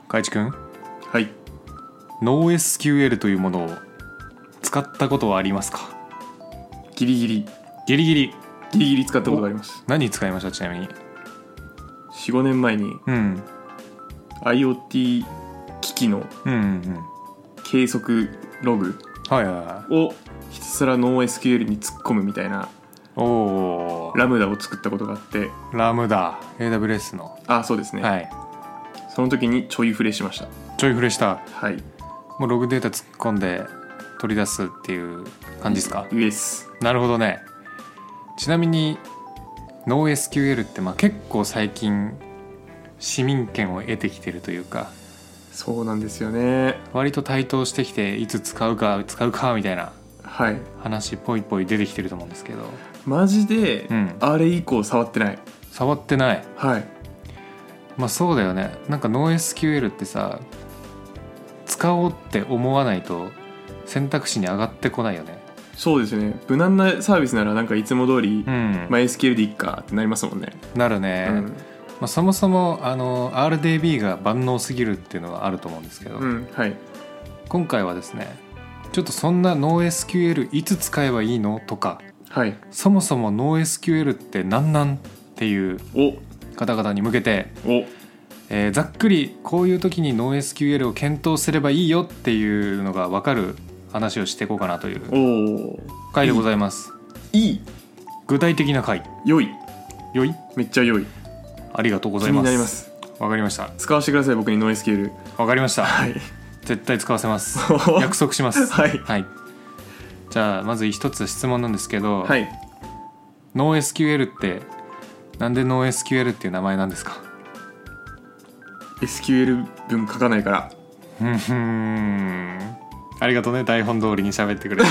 海地くん、 はい。 NoSQL というものを使ったことはありますか？ ギリギリ使ったことがあります。 何使いました？ちなみに 4,5 年前に IoT 機器の計測ログをひたすら NoSQL に突っ込むみたいなラムダを作ったことがあって。 ラムダ AWS の。 そうですね、 はい。 その時にちょい触れしました。 ちょい触れした。 はい。 もうログデータ突っ込んで取り出すっていう感じですか？ イエス。 なるほどね。ちなみに NoSQL って結構最近市民権を得てきてるというか。 そうなんですよね。 割と台頭してきて、いつ使うかみたいな話ぽいぽい出てきてると思うんですけど、 マジで、あれ以降触ってない。はい。 そうだよね。なんか NoSQL ってさ、使おうって思わないと選択肢に上がってこないよね。 そうですね。無難なサービスならなんかいつも通り、MySQL でいっかってなりますもんね。 なるね。そもそもRDB が万能すぎるっていうのはあると思うんですけど、 はい。 今回はですね、ちょっとそんな NoSQL いつ使えばいいのとか、そもそも NoSQL って何なんっていう方々に向けて、ざっくりこういう時に NoSQL を検討すればいいよっていうのが分かる話をしていこうかなという回でございます。具体的な回。 良い。めっちゃ良い。 ありがとうございます。 気になります。 わかりました。 使わせてください、僕に NoSQL。 わかりました。 はい。 絶対使わせます。約束します。 はい。 じゃあまず一つ質問なんですけど、NoSQL ってなんで NoSQL っていう名前なんですか ？SQL 文書かないから。 ありがとうね、台本通りに喋ってくれて。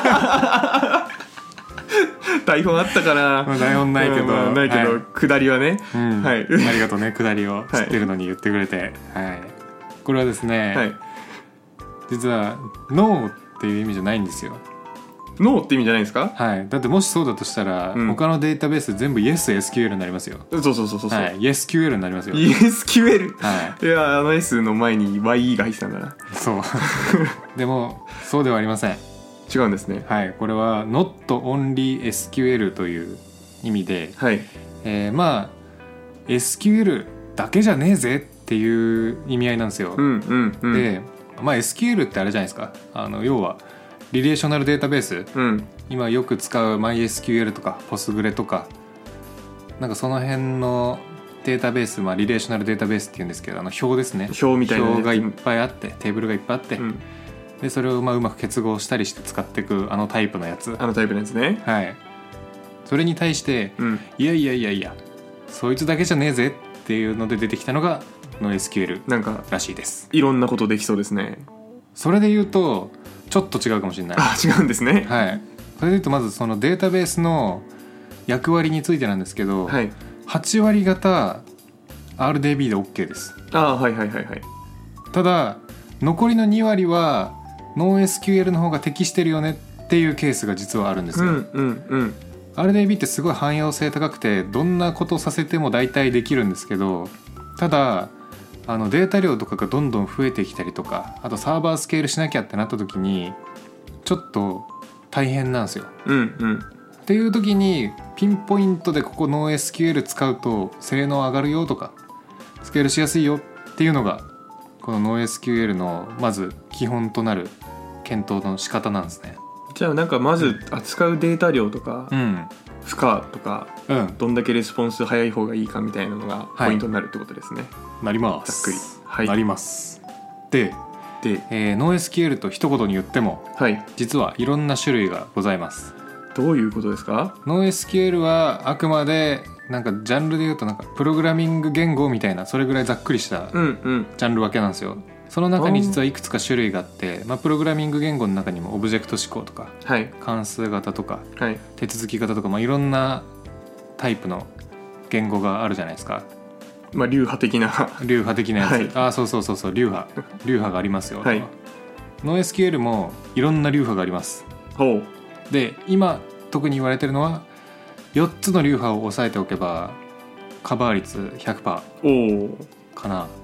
台本あったかな。 台本ないけど、 下りはね、 ありがとうね、下りを知ってるのに言ってくれて、これはですね、実は No っていう意味じゃないんですよ。 ノーって意味じゃないですか？ だってもしそうだとしたら、他のデータベース全部 YesSQL になりますよ。 そう。 YesQL になりますよ。 YesQL。いや、S の前に YE が入ってたんだな。 そう。でもそうではありません。 違うんですね。 これは Not Only SQL という意味で、SQL だけじゃねえぜっていう意味合いなんですよ。で、SQL ってあれじゃないですか。要はリレーショナルデータベース、今よく使う MySQL とか Postgre とか、なんかその辺のデータベース、リレーショナルデータベースっていうんですけど、表ですね。 表みたいな表がいっぱいあって、テーブルがいっぱいあって、でそれをうまく結合したりして使っていくタイプのやつ。 ね。 それに対して、いやそいつだけじゃねえぜっていうので出てきたのが NoSQL らしいです。 いろんなことできそうですね。 それで言うとちょっと違うかもしれない。 違うんですね。 それで言うと、まずそのデータベースの役割についてなんですけど、8割方 RDB で OK です。ただ残りの2割は NoSQL の方が適してるよねっていうケースが実はあるんですよ。RDB ってすごい汎用性高くて、どんなことさせても大体できるんですけど、ただデータ量とかがどんどん増えてきたりとか、あとサーバースケールしなきゃってなった時にちょっと大変なんですよ。っていう時にピンポイントでここ NoSQL 使うと性能上がるよとか、スケールしやすいよっていうのがこの NoSQL のまず基本となる検討の仕方なんですね。 じゃあなんかまず扱うデータ量とか、負荷とか、どんだけレスポンス早い方がいいかみたいなのがポイントになるってことですね。 なります。 ざっくり。 なります。で、NoSQL と一言に言っても、実はいろんな種類がございます。 どういうことですか？ NoSQL はあくまでなんかジャンルで言うとなんかプログラミング言語みたいな、それぐらいざっくりしたジャンル分けなんですよ。その中に実はいくつか種類があって、プログラミング言語の中にもオブジェクト思考とか、関数型とか、手続き型とか、いろんなタイプの言語があるじゃないですか。 流派的なやつ、そう流派がありますよ。NoSQL もいろんな流派があります。で、今特に言われてるのは4つの流派を押さえておけばカバー率 100% かな。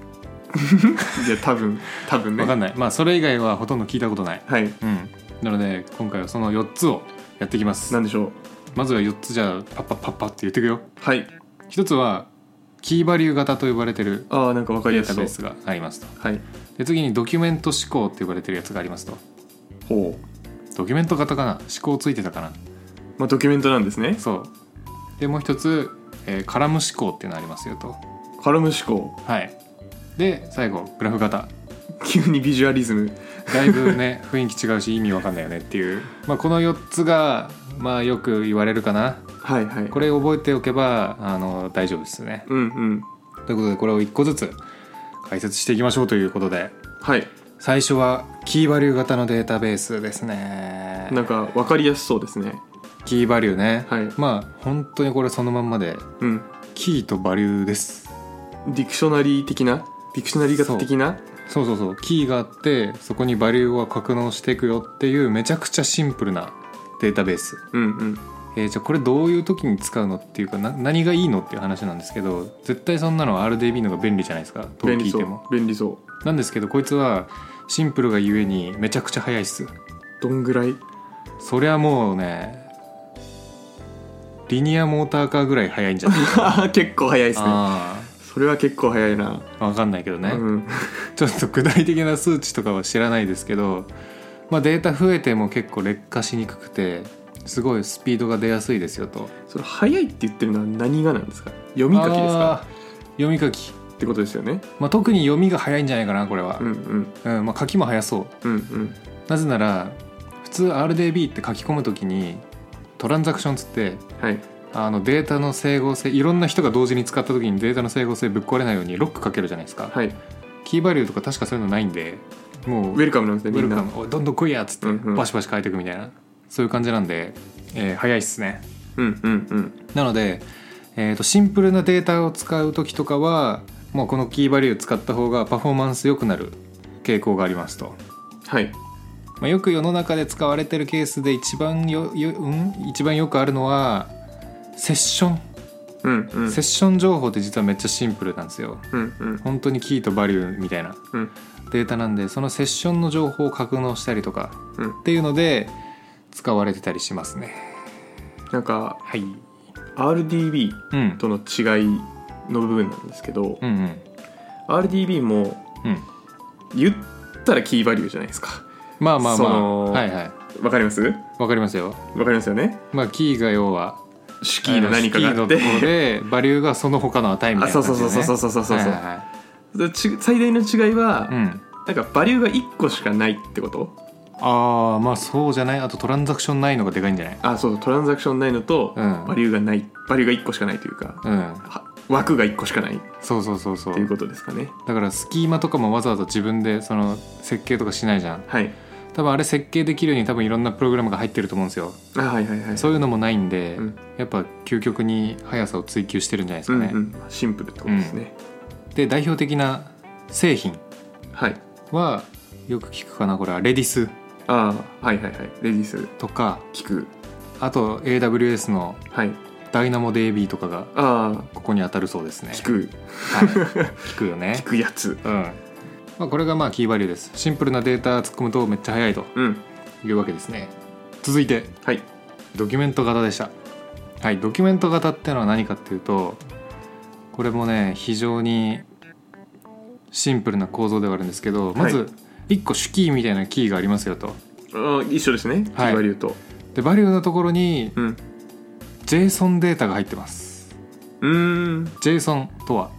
いや多分ね分かんない。まあそれ以外はほとんど聞いたことない。 はい、 なので今回はその4つをやっていきます。 何でしょう。 まずは4つ、じゃあパッパッパッパって言っていくよ。 はい。 1つはキーバリュー型と呼ばれてるなんか分かりやすそうデータベースがありますと。 はい。 で次にドキュメント思考って呼ばれてるやつがありますと。 ほう。ドキュメント型かな、思考ついてたかな。 まあドキュメントなんですね。 そうでもう一つ、カラム思考っていうのありますよと。 カラム思考。 はい。で最後グラフ型。 急にビジュアリズムだいぶね雰囲気違うし意味わかんないよねっていう、まあ、この4つがまあよく言われるかな。 はいはい。 これ覚えておけば大丈夫ですね。 うんうん。 ということでこれを1個ずつ解説していきましょうということで、 はい。 最初はキーバリュー型のデータベースですね。 なんか分かりやすそうですね。 キーバリューね、 はい。 まあ本当にこれそのまんまで、キーとバリューです。 ディクショナリー的な、ディクショナリー型的な。 そうキーがあってそこにバリューを格納していくよっていうめちゃくちゃシンプルなデータベース。じゃあこれどういう時に使うのっていうか何がいいのっていう話なんですけど、絶対そんなのは RDB の方が便利じゃないですか。どう聞いても便利そうなんですけど、こいつはシンプルがゆえにめちゃくちゃ速いっす。 どんぐらい？ そりゃもうねリニアモーターカーぐらい速いんじゃない結構速いですね。それは結構速いな。 分かんないけどね、ちょっと具体的な数値とかは知らないですけど、まあ、データ増えても結構劣化しにくくてすごいスピードが出やすいですよと。 それ速いって言ってるのは何がなんですか？読み書きですか？ 読み書きってことですよね。 まあ、特に読みが速いんじゃないかなこれは。まあ、書きも速そう。なぜなら普通 RDB って書き込むときにトランザクションつって、 はい、 データの整合性、いろんな人が同時に使ったときにデータの整合性ぶっ壊れないようにロックかけるじゃないですか。 はい、 キーバリューとか確かそういうのないんで、もうウェルカムなんですね。 ウェルカム、どんどん来いやっつってバシバシ変えていくみたいな、そういう感じなんで、早いっすね。なので、シンプルなデータを使う時とかはもうこのキーバリュー使った方がパフォーマンス良くなる傾向がありますと。 はい。 まあ、よく世の中で使われてるケースで一番よくあるのはセッション。セッション情報って実はめっちゃシンプルなんですよ。本当にキーとバリューみたいなデータなんで、そのセッションの情報を格納したりとかっていうので使われてたりしますね。 なんか、 はい、 RDB との違いの部分なんですけど、RDB も言ったらキーバリューじゃないですか。 まあはいはい、 わかります？ わかりますよ。 わかりますよね。 まあキーが要は主キーの何かがあって、 主キーのところでバリューがその他の値みたいな感じで、ね、 そう最大の違いは、なんかバリューが1個しかないってこと？ まあそうじゃない。あとトランザクションないのがでかいんじゃない？ そう、トランザクションないのと、バリューがない、バリューが1個しかないというか、枠が1個しかない。 そうっていうことですかね。 だからスキーマとかもわざわざ自分でその設計とかしないじゃん。 はい。 多分あれ設計できるように多分いろんなプログラムが入ってると思うんですよ。そういうのもないんで、やっぱ究極に速さを追求してるんじゃないですかね。 シンプルってことですね。 で代表的な製品はよく聞くかな、これはレディス。 レディスとか聞く。 あと AWS のダイナモ DB とかがここに当たるそうですね。 聞く、 聞くよね。 聞くやつ。 まあ、これがまあキーバリューです。シンプルなデータ突っ込むとめっちゃ速いというわけですね。続いて、ドキュメント型でした。ドキュメント型っていうのは何かっていうと、これもね非常にシンプルな構造ではあるんですけど、まず1個主キーみたいなキーがありますよと。 一緒ですね、キーバリューと。 でバリューのところに、JSON データが入ってます。JSON とは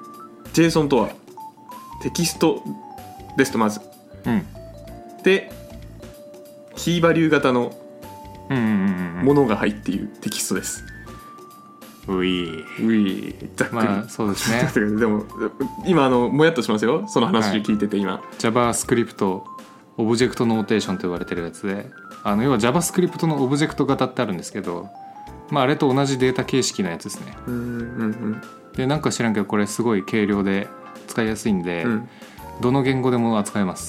テキストですと、まず、でキーバリュー型のものが入っているテキストです。ざっくり、 まあそうですね。 でも今もやっとしますよ、その話聞いてて。今 JavaScript オブジェクトノーテーションと呼ばれてるやつで、要は JavaScript のオブジェクト型ってあるんですけど、まああれと同じデータ形式のやつですね。でなんか知らんけどこれすごい軽量で使いやすいんで、どの言語でも扱えます。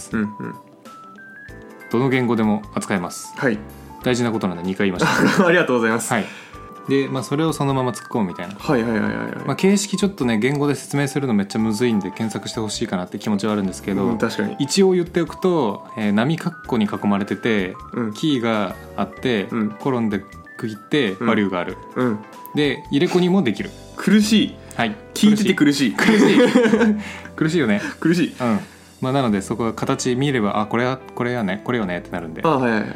どの言語でも扱えます。大事なことなんで2回言いました。 ありがとうございます。 で、それをそのまま突っ込むみたいな、 はいはいはいはい、 形式ちょっとね言語で説明するのめっちゃむずいんで検索してほしいかなって気持ちはあるんですけど、 確かに一応言っておくと、波括弧に囲まれてて、キーがあって、コロンで区切ってバリューがある、で入れ子にもできる。 苦しい、はい、聞いてて苦しい苦しいよね。 苦しい、 なのでそこが形見ればこれやねこれよねってなるんで、 はいはいはい、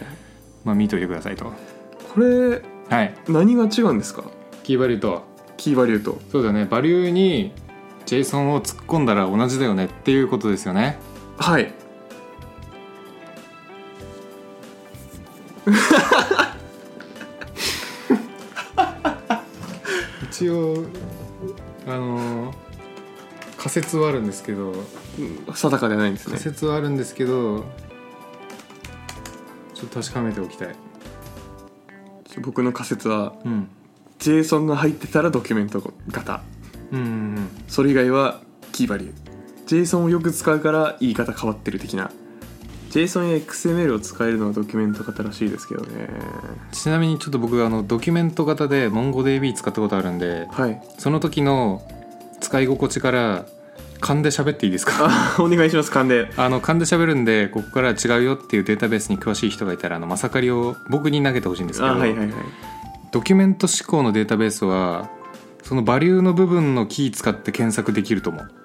見といてくださいと。 これ、はい、何が違うんですか？ キーバリューとそうだね、バリューに JSON を突っ込んだら同じだよねっていうことですよね。 はい。 一応仮説はあるんですけど、 定かではないんですね。 仮説はあるんですけど、ちょっと確かめておきたい。 僕の仮説は、JSON が入ってたらドキュメント型、それ以外はキーバリュー。 JSON をよく使うから言い方変わってる的な。 JSON や XML を使えるのはドキュメント型らしいですけどね。 ちなみにちょっと僕ドキュメント型で MongoDB 使ったことあるんで、その時の使い心地から勘で喋っていいですか？ お願いします。勘で喋るんで、ここから違うよっていうデータベースに詳しい人がいたらマサカリを僕に投げてほしいんですけど、ドキュメント指向のデータベースはそのバリューの部分のキー使って検索できると思う。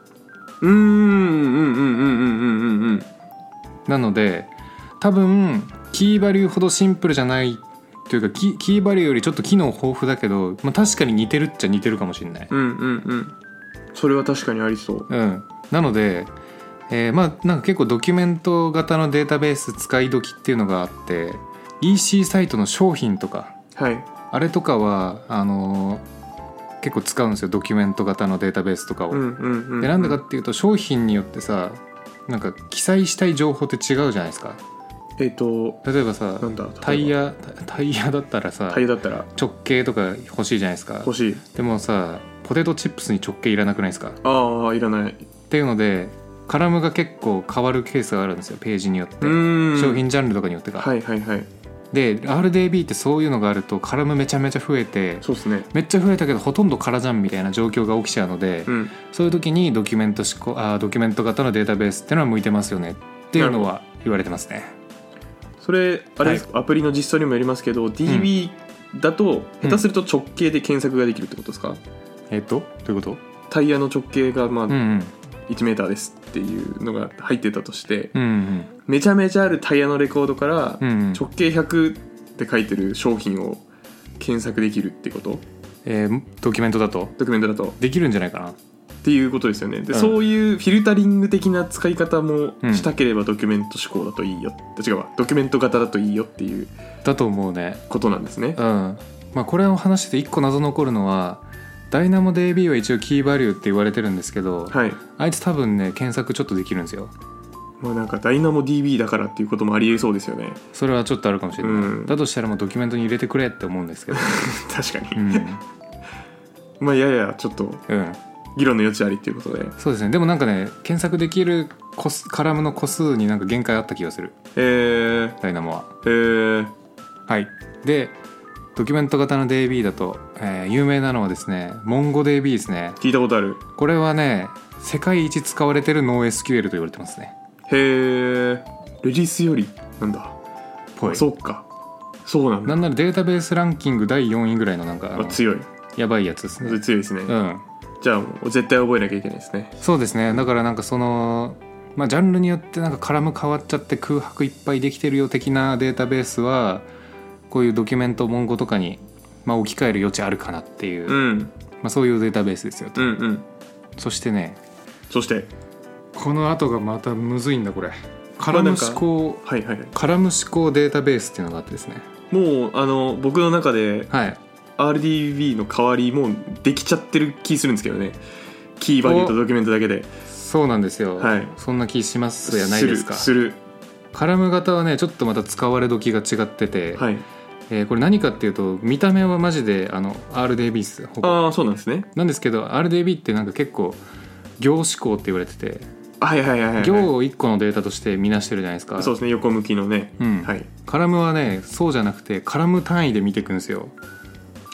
なので多分キーバリューほどシンプルじゃないというか、キーバリューよりちょっと機能豊富だけど、確かに似てるっちゃ似てるかもしれない。 それは確かにありそう。 なので、なんか結構ドキュメント型のデータベース使い時っていうのがあって、 EC サイトの商品とか、あれとかは結構使うんですよ、ドキュメント型のデータベースとかを。でなんでかっていうと、商品によってさ、なんか記載したい情報って違うじゃないですか。例えばさ、タイヤだったらさ、直径とか欲しいじゃないですか。 欲しい。 でもさ、ポテトチップスに直径いらなくないですか？ いらない。 っていうのでカラムが結構変わるケースがあるんですよ、ページによって。商品ジャンルとかによってか。で RDB ってそういうのがあるとカラムめちゃめちゃ増えて、 そうですね、 めっちゃ増えたけどほとんど空じゃんみたいな状況が起きちゃうので、そういう時にドキュメント型のデータベースっていうのは向いてますよねっていうのは言われてますね。 それあれですか、アプリの実装にもよりますけど、DB だと下手すると直径で検索ができるってことですか？ どういうこと？ タイヤの直径が1メーターですっていうのが入ってたとして、めちゃめちゃあるタイヤのレコードから直径100って書いてる商品を検索できるってこと？ ドキュメントだとできるんじゃないかなっていうことですよね。で、そういうフィルタリング的な使い方もしたければドキュメント指向だといいよ、違うわ、ドキュメント型だといいよっていうだと思うね、 ことなんですね。 これを話して1個謎残るのは、ダイナモ DB は一応キーバリューって言われてるんですけど、あいつ多分ね検索ちょっとできるんですよ。 なんかダイナモ DB だからっていうこともありえそうですよね。 それはちょっとあるかもしれない、だとしたらもうドキュメントに入れてくれって思うんですけど確かに、ややちょっと議論の余地ありっていうことで。 そうですね。でもなんかね、検索できるカラムの個数になんか限界あった気がする、ダイナモは。はい。でドキュメント型の DB だと、有名なのはですね、MongoDB ですね。 聞いたことある。 これはね、世界一使われてる NoSQL と言われてますね。 レディスよりなんだ。そうか、そうなんだ。 なんならデータベースランキング第4位ぐらいのなんか強い、 やばいやつですね。 強いですね。じゃあもう絶対覚えなきゃいけないですね。 そうですね。だからなんかそのジャンルによってなんかカラム変わっちゃって空白いっぱいできてるよ的なデータベースは、こういうドキュメントモンゴとかに、置き換える余地あるかなっていう、そういうデータベースですよと。そしてこの後がまたむずいんだこれ。カラム思考、カラム思考データベースっていうのがあってですね、 もう僕の中で、RDB の代わりもうできちゃってる気するんですけどね。キーバリューとドキュメントだけで。そうなんですよ、そんな気しますやないですか。 する。 カラム型はねちょっとまた使われ時が違ってて、これ何かっていうと、見た目はマジでRDB です。 そうなんですね。 なんですけど RDB ってなんか結構行指向って言われてて、行を1個のデータとして見なしてるじゃないですか。 そうですね、横向きのね。 カラムはねそうじゃなくて、カラム単位で見ていくんですよ。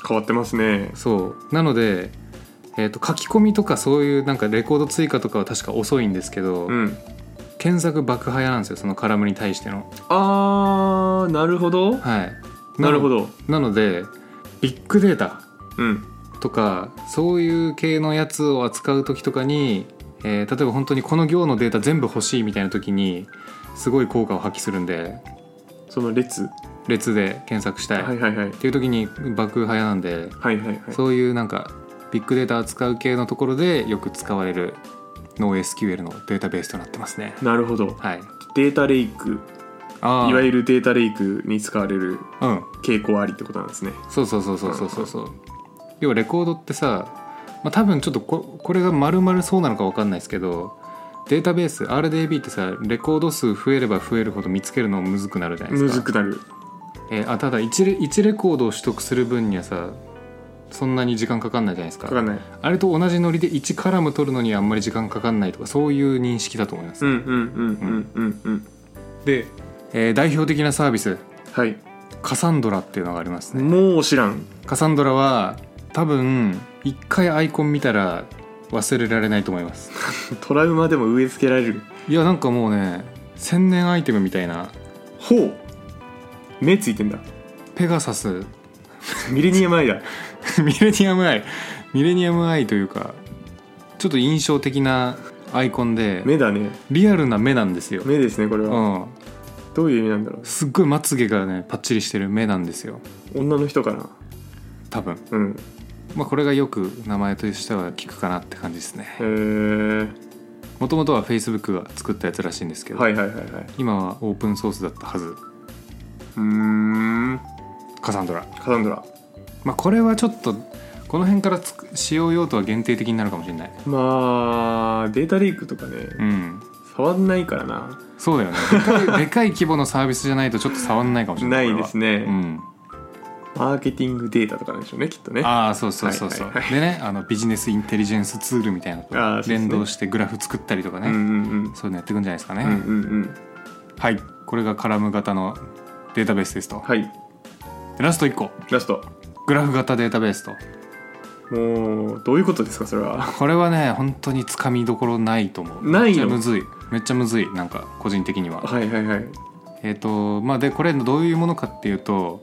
変わってますね。 そうなので、書き込みとかそういうなんかレコード追加とかは確か遅いんですけど、検索爆早なんですよ、そのカラムに対しての。 なるほど。 はい、 なるほど。 なのでビッグデータとか、そういう系のやつを扱う時とかに、例えば本当にこの行のデータ全部欲しいみたいな時にすごい効果を発揮するんで、 その列で検索したいっていう時に爆早なんで、そういうなんかビッグデータ扱う系のところでよく使われるNoSQL のデータベースとなってますね。 なるほど、 はい、 データレイク、いわゆるデータレイクに使われる傾向ありってことなんですね。 そう要はレコードってさ、多分ちょっとこれが丸々そうなのか分かんないですけど、データベース RDB ってさ、レコード数増えれば増えるほど見つけるのむずくなるじゃないですか。 むずくなる。 ただ1レコードを取得する分にはさ、そんなに時間かかんないじゃないですか。 かかんない。 あれと同じノリで1カラム取るのにあんまり時間かかんないとか、そういう認識だと思います。で、代表的なサービス、カサンドラっていうのがありますね。 もう知らん。 カサンドラは多分一回アイコン見たら忘れられないと思います。 トラウマでも植え付けられる。 いや、なんかもうね、1000年アイテムみたいな。 ほう、目ついてんだ。 ペガサスミレニアムアイだ。 ミレニアムアイというか、ちょっと印象的なアイコンで、 目だね。 リアルな目なんですよ。 目ですね、これは。どういう意味なんだろう。 すっごいまつげがねパッチリしてる目なんですよ。 女の人かな、 多分。これがよく名前としては聞くかなって感じですね。もともとは Facebook が作ったやつらしいんですけど、今はオープンソースだったはず。カサンドラ。これはちょっとこの辺から使用用途は限定的になるかもしれない。 データリークとかね、触んないからな。 そうだよね。でかい規模のサービスじゃないとちょっと触んないかもしれない。 ないですね。マーケティングデータとかなんでしょうね、きっとね。 そうでね、ビジネスインテリジェンスツールみたいなのと連動してグラフ作ったりとかね、そういうのやっていくんじゃないですかね。はい、これがカラム型のデータベースですと。ラスト1個、グラフ型データベースと。 もうどういうことですか、それは。 これはね、本当につかみどころないと思う。 ないの？ めっちゃむずい、なんか個人的には。でこれどういうものかっていうと、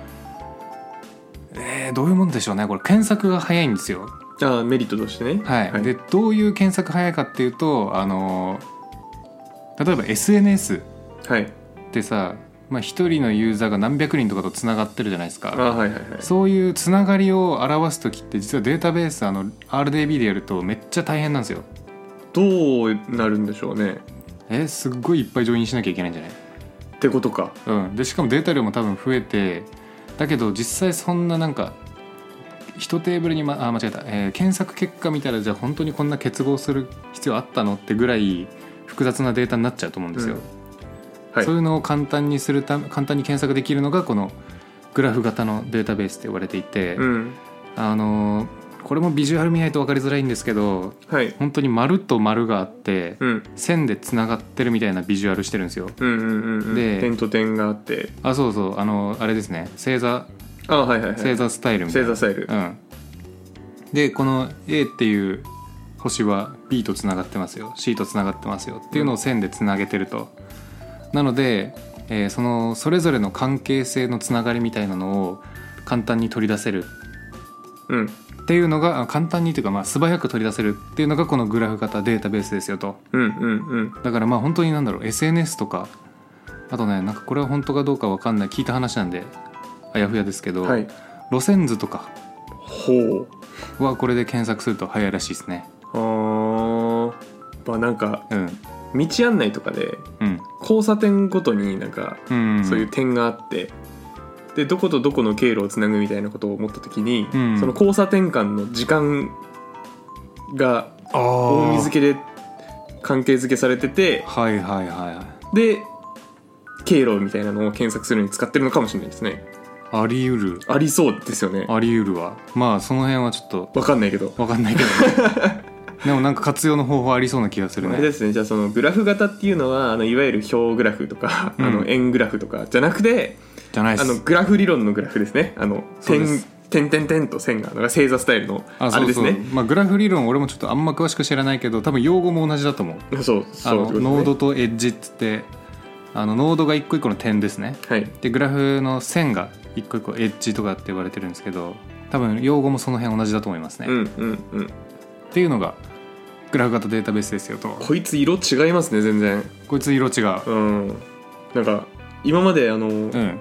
どういうものでしょうね。これ検索が早いんですよ。 メリットとしてね。 でどういう検索早いかっていうと、例えば SNS ってさ、一人のユーザーが何百人とかとつながってるじゃないですか。そういうつながりを表す時って実はデータベースRDB でやるとめっちゃ大変なんですよ。 どうなるんでしょうね。 すっごいいっぱいジョインしなきゃいけないんじゃないってことか。 でしかもデータ量も多分増えて、だけど実際そんななんか1テーブルに間違えた、検索結果見たらじゃあ本当にこんな結合する必要あったのってぐらい複雑なデータになっちゃうと思うんですよ。そういうのを簡単に検索できるのがこのグラフ型のデータベースって呼ばれていて、これもビジュアル見ないと分かりづらいんですけど、本当に丸と丸があって、線でつながってるみたいなビジュアルしてるんですよ。 で点と点があって、 あれですね、星座スタイルみたいな。でこの A っていう星は B とつながってますよ、 C とつながってますよっていうのを線でつなげてると。なので、それぞれの関係性のつながりみたいなのを簡単に取り出せるっていうのが、簡単にというか素早く取り出せるっていうのがこのグラフ型データベースですよと。だから本当にSNS とか、あとね、なんかこれは本当かどうか分かんない、聞いた話なんであやふやですけど、路線図とかはこれで検索すると早いらしいですね。 なんか、道案内とかで、交差点ごとになんか、そういう点があって、でどことどこの経路をつなぐみたいなことを思った時に、その交差点間の時間が大水付けで関係づけされてて、で経路みたいなのを検索するのに使ってるのかもしれないですね。 あり得る。 ありそうですよね。 あり得るわ。その辺はちょっと分かんないけどでもなんか活用の方法ありそうな気がするね。 あれですね。じゃあそのグラフ型っていうのはいわゆる表グラフとか、円グラフとかじゃなくて、 じゃないです。 グラフ理論のグラフですね。 点々点と線が星座スタイルのあれですね。 そうそう、まあ、グラフ理論俺もちょっとあんま詳しく知らないけど多分用語も同じだと思う。 そうノードとエッジっつってノードが一個一個の点ですね、 はい、 でグラフの線が一個一個エッジとかって呼ばれてるんですけど多分用語もその辺同じだと思いますね、っていうのがグラフ型データベースですよと。 こいつ色違いますね全然。 こいつ色違う、 なんか今まで表を思い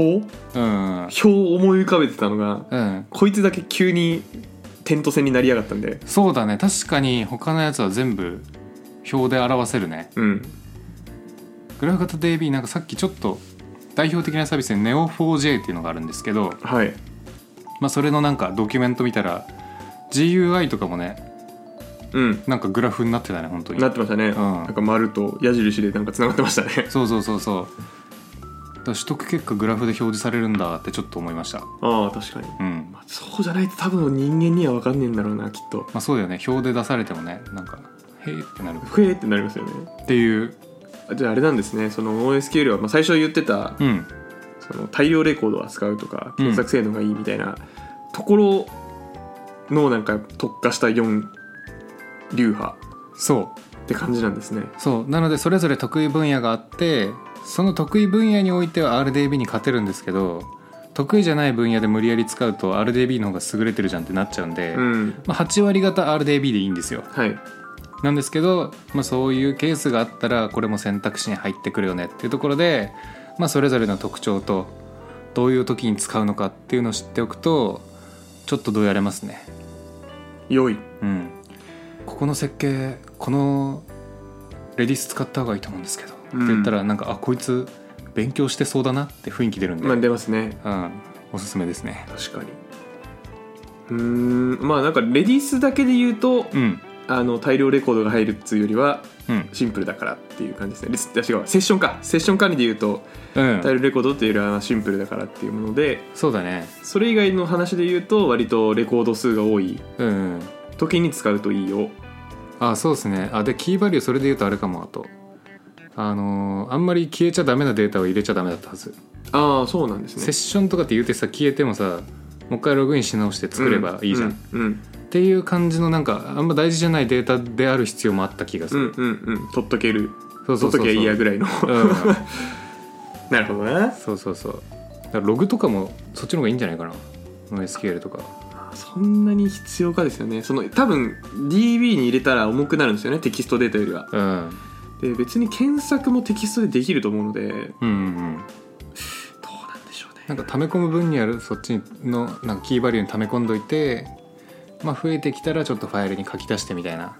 浮かべてたのが、こいつだけ急に点と線になりやがったんで。 そうだね、確かに他のやつは全部表で表せるね。グラフ型 DB なんかさっきちょっと代表的なサービスで Neo4j っていうのがあるんですけど、 はい、 まあ、それのなんかドキュメント見たら GUI とかもね、なんかグラフになってたね。本当になってましたね、なんか丸と矢印でなんかつながってましたね。 そう取得結果グラフで表示されるんだってちょっと思いました。 確かに、まあ、そうじゃないと多分人間には分かんねえんだろうなきっと。 まあそうだよね、表で出されてもね、なんかへーってなる。 へーってなりますよね。 っていう。 じゃああれなんですね、その OSQL は、まあ、最初言ってた、その大量レコードを扱うとか検索精度がいいみたいなところのなんか特化した4流派って感じなんですね。 そうなのでそれぞれ得意分野があってその得意分野においては RDB に勝てるんですけど、得意じゃない分野で無理やり使うと RDB の方が優れてるじゃんってなっちゃうんで、まあ、8割方 RDB でいいんですよ、なんですけど、まあ、そういうケースがあったらこれも選択肢に入ってくるよねっていうところで、まあ、それぞれの特徴とどういう時に使うのかっていうのを知っておくとちょっとどうやれますね。 良い、 ここの設計このレディス使った方がいいと思うんですけど、って言ったらなんかこいつ勉強してそうだなって雰囲気出るんで、 まあ出ますね、 おすすめですね。 確かに。まあなんかレディスだけで言うと、大量レコードが入るっていうよりはシンプルだからっていう感じですね。セッション管理で言うと、大量レコードっていうよりはシンプルだからっていうもので、 そうだね。 それ以外の話で言うと割とレコード数が多い時に使うといいよ。 そうですね。でキーバリューそれで言うとあれかも。あとあんまり消えちゃダメなデータを入れちゃダメだったはず。 そうなんですね。 セッションとかって言うてさ、消えてもさもう一回ログインし直して作ればいいじゃん、っていう感じのなんかあんま大事じゃないデータである必要もあった気がする。 取っとける、取っときゃいいやぐらいのなるほどね。 そうだからログとかもそっちの方がいいんじゃないかな、 NoSQL とか。 そんなに必要かですよね。その多分 DB に入れたら重くなるんですよね、テキストデータよりは。で別に検索もテキストでできると思うので、どうなんでしょうね。 なんか溜め込む分にあるそっちのなんかキーバリューに溜め込んどいて、まあ増えてきたらちょっとファイルに書き出してみたいな。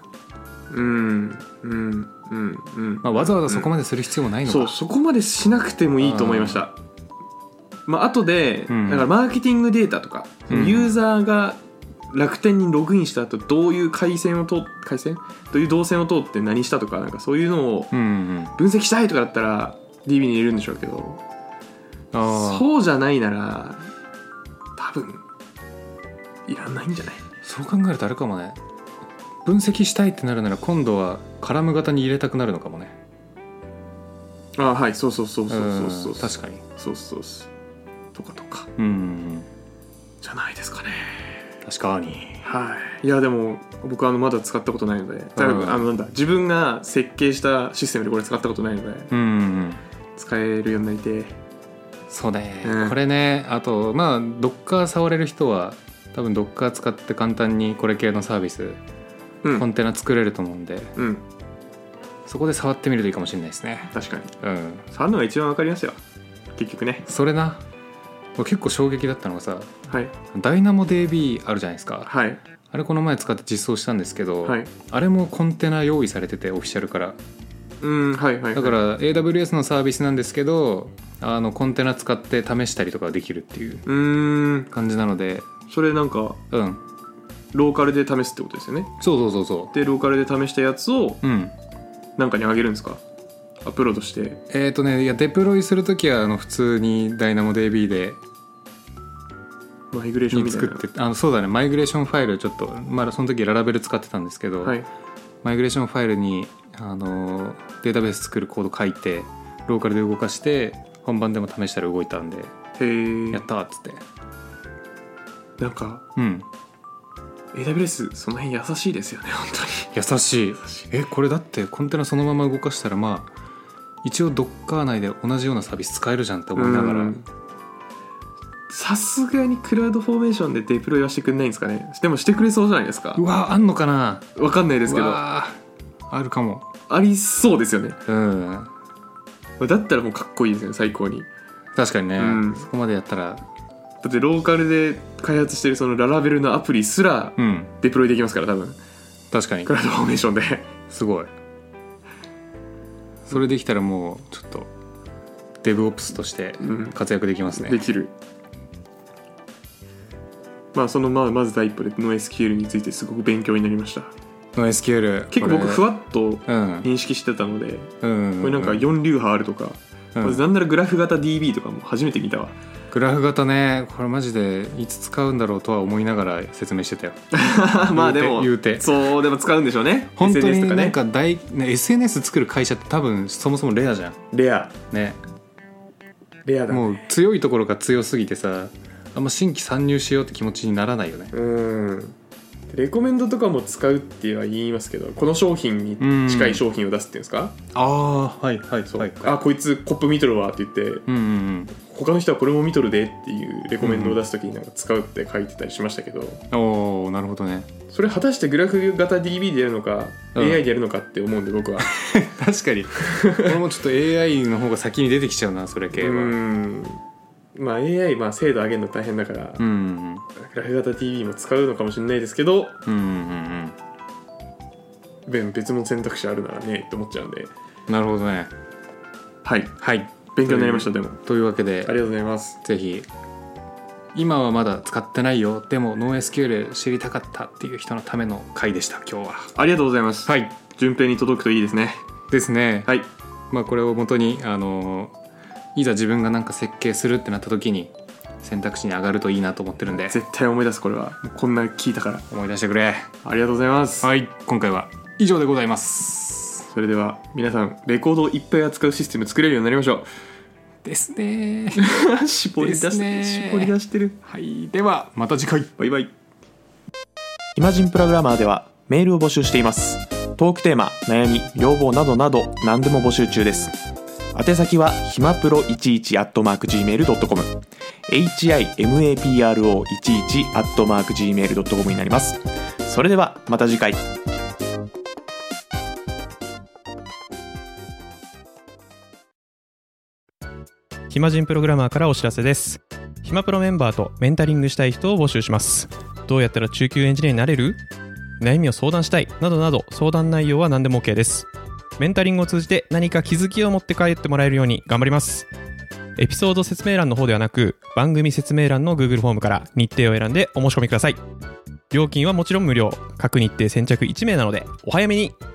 まあ、わざわざそこまでする必要もないのか、 そこまでしなくてもいいと思いました。まあ後で、だからマーケティングデータとか、ユーザーが楽天にログインした後どういうどういう動線を通って何したとか、なんかそういうのを分析したいとかだったら DB に入れるんでしょうけど、そうじゃないなら多分いらないんじゃない？ そう考えるとあれかもね、分析したいってなるなら今度はカラム型に入れたくなるのかもね。 はい、そう確かにそうとかじゃないですかね。 確かに。 いやでも僕まだ使ったことないので、自分が設計したシステムでこれ使ったことないので、使えるようになりて。 そうね、これね。あとまあ Docker 触れる人は多分 Docker 使って簡単にこれ系のサービス、コンテナ作れると思うんで、そこで触ってみるといいかもしれないですね。 確かに、触るのが一番分かりますよ結局ね。 それな、結構衝撃だったのがさ、ダイナモ DB あるじゃないですか、あれこの前使って実装したんですけど、あれもコンテナ用意されててオフィシャルから、だから AWS のサービスなんですけどコンテナ使って試したりとかできるっていう感じなので、 それなんかローカルで試すってことですよね。 そうでローカルで試したやつをなんかにあげるんですか、アップロードして。 いやデプロイするときは普通に DynamoDB でマイグレーションみたいな作ってそうだね、マイグレーションファイルちょっとまだその時ララベル使ってたんですけど、マイグレーションファイルにデータベース作るコード書いてローカルで動かして本番でも試したら動いたんで、やったーっつって。 なんか、AWS その辺優しいですよね、本当に優しい。これだってコンテナそのまま動かしたら、まあ一応 Docker 内で同じようなサービス使えるじゃんって思いながら、 さすがにクラウドフォーメーションでデプロイはしてくれないんですかね。でもしてくれそうじゃないですか。 うわ、あんのかな、 分かんないですけど、 あるかも。 ありそうですよね。だったらもうかっこいいですね、最高に。 確かにね、そこまでやったら。 だってローカルで開発してるそのララベルのアプリすらデプロイできますから、多分。 確かにクラウドフォーメーションですごい。それできたらもうちょっとデブオプスとして活躍できますね、 できる。まあそのまず第一歩で NoSQL についてすごく勉強になりました。 NoSQL 結構僕ふわっと認識してたので、これなんか4流派あるとか、まずなんならグラフ型 DB とかも初めて見たわ。 グラフ型ね、これマジでいつ使うんだろうとは思いながら説明してたよまあでも言うてそう、でも使うんでしょうね。 本当になんかSNS 作る会社って多分そもそもレアじゃん。 レアね、 レアだね。 もう強いところが強すぎてさ、あんま新規参入しようって気持ちにならないよね。 レコメンドとかも使うっては言いますけど、この商品に近い商品を出すっていうんですか。 はいそう、 こいつコップ見とるわって言って、他の人はこれも見とるでっていうレコメンドを出すときになんか使うって書いてたりしましたけど、 なるほどね。 それ果たしてグラフ型 DB でやるのか、AI でやるのかって思うんで僕は確かにこれもちょっと AI の方が先に出てきちゃうな、それ系は。 まあ AI 精度上げるの大変だから、グラフ型 DB も使うのかもしれないですけど、別の選択肢あるならねって思っちゃうんで。 なるほどね。 はい勉強になりました。 というわけでありがとうございます。 ぜひ今はまだ使ってないよ、でも NoSQL 知りたかったっていう人のための回でした、今日は。 ありがとうございます。順平に届くといいですね。 ですね。まあこれを元にいざ自分がなんか設計するってなった時に選択肢に上がるといいなと思ってるんで、 絶対思い出す。これはこんな聞いたから思い出してくれ。 ありがとうございます。 今回は以上でございます。 それでは皆さん、レコードをいっぱい扱うシステム作れるようになりましょう。 ですね絞り出してる。 ではまた次回。 バイバイ。イマジンプログラマーではメールを募集しています。トークテーマ、悩み、要望などなど何でも募集中です。宛先はひまプロ11@gmail.com himapro11@gmail.com になります。それではまた次回。 暇人プログラマーからお知らせです。暇プロメンバーとメンタリングしたい人を募集します。どうやったら中級エンジニアになれる？悩みを相談したいなどなど、相談内容は何でも OK です。メンタリングを通じて何か気づきを持って帰ってもらえるように頑張ります。エピソード説明欄の方ではなく、番組説明欄の Google フォームから日程を選んでお申し込みください。料金はもちろん無料、各日程先着1名なのでお早めに。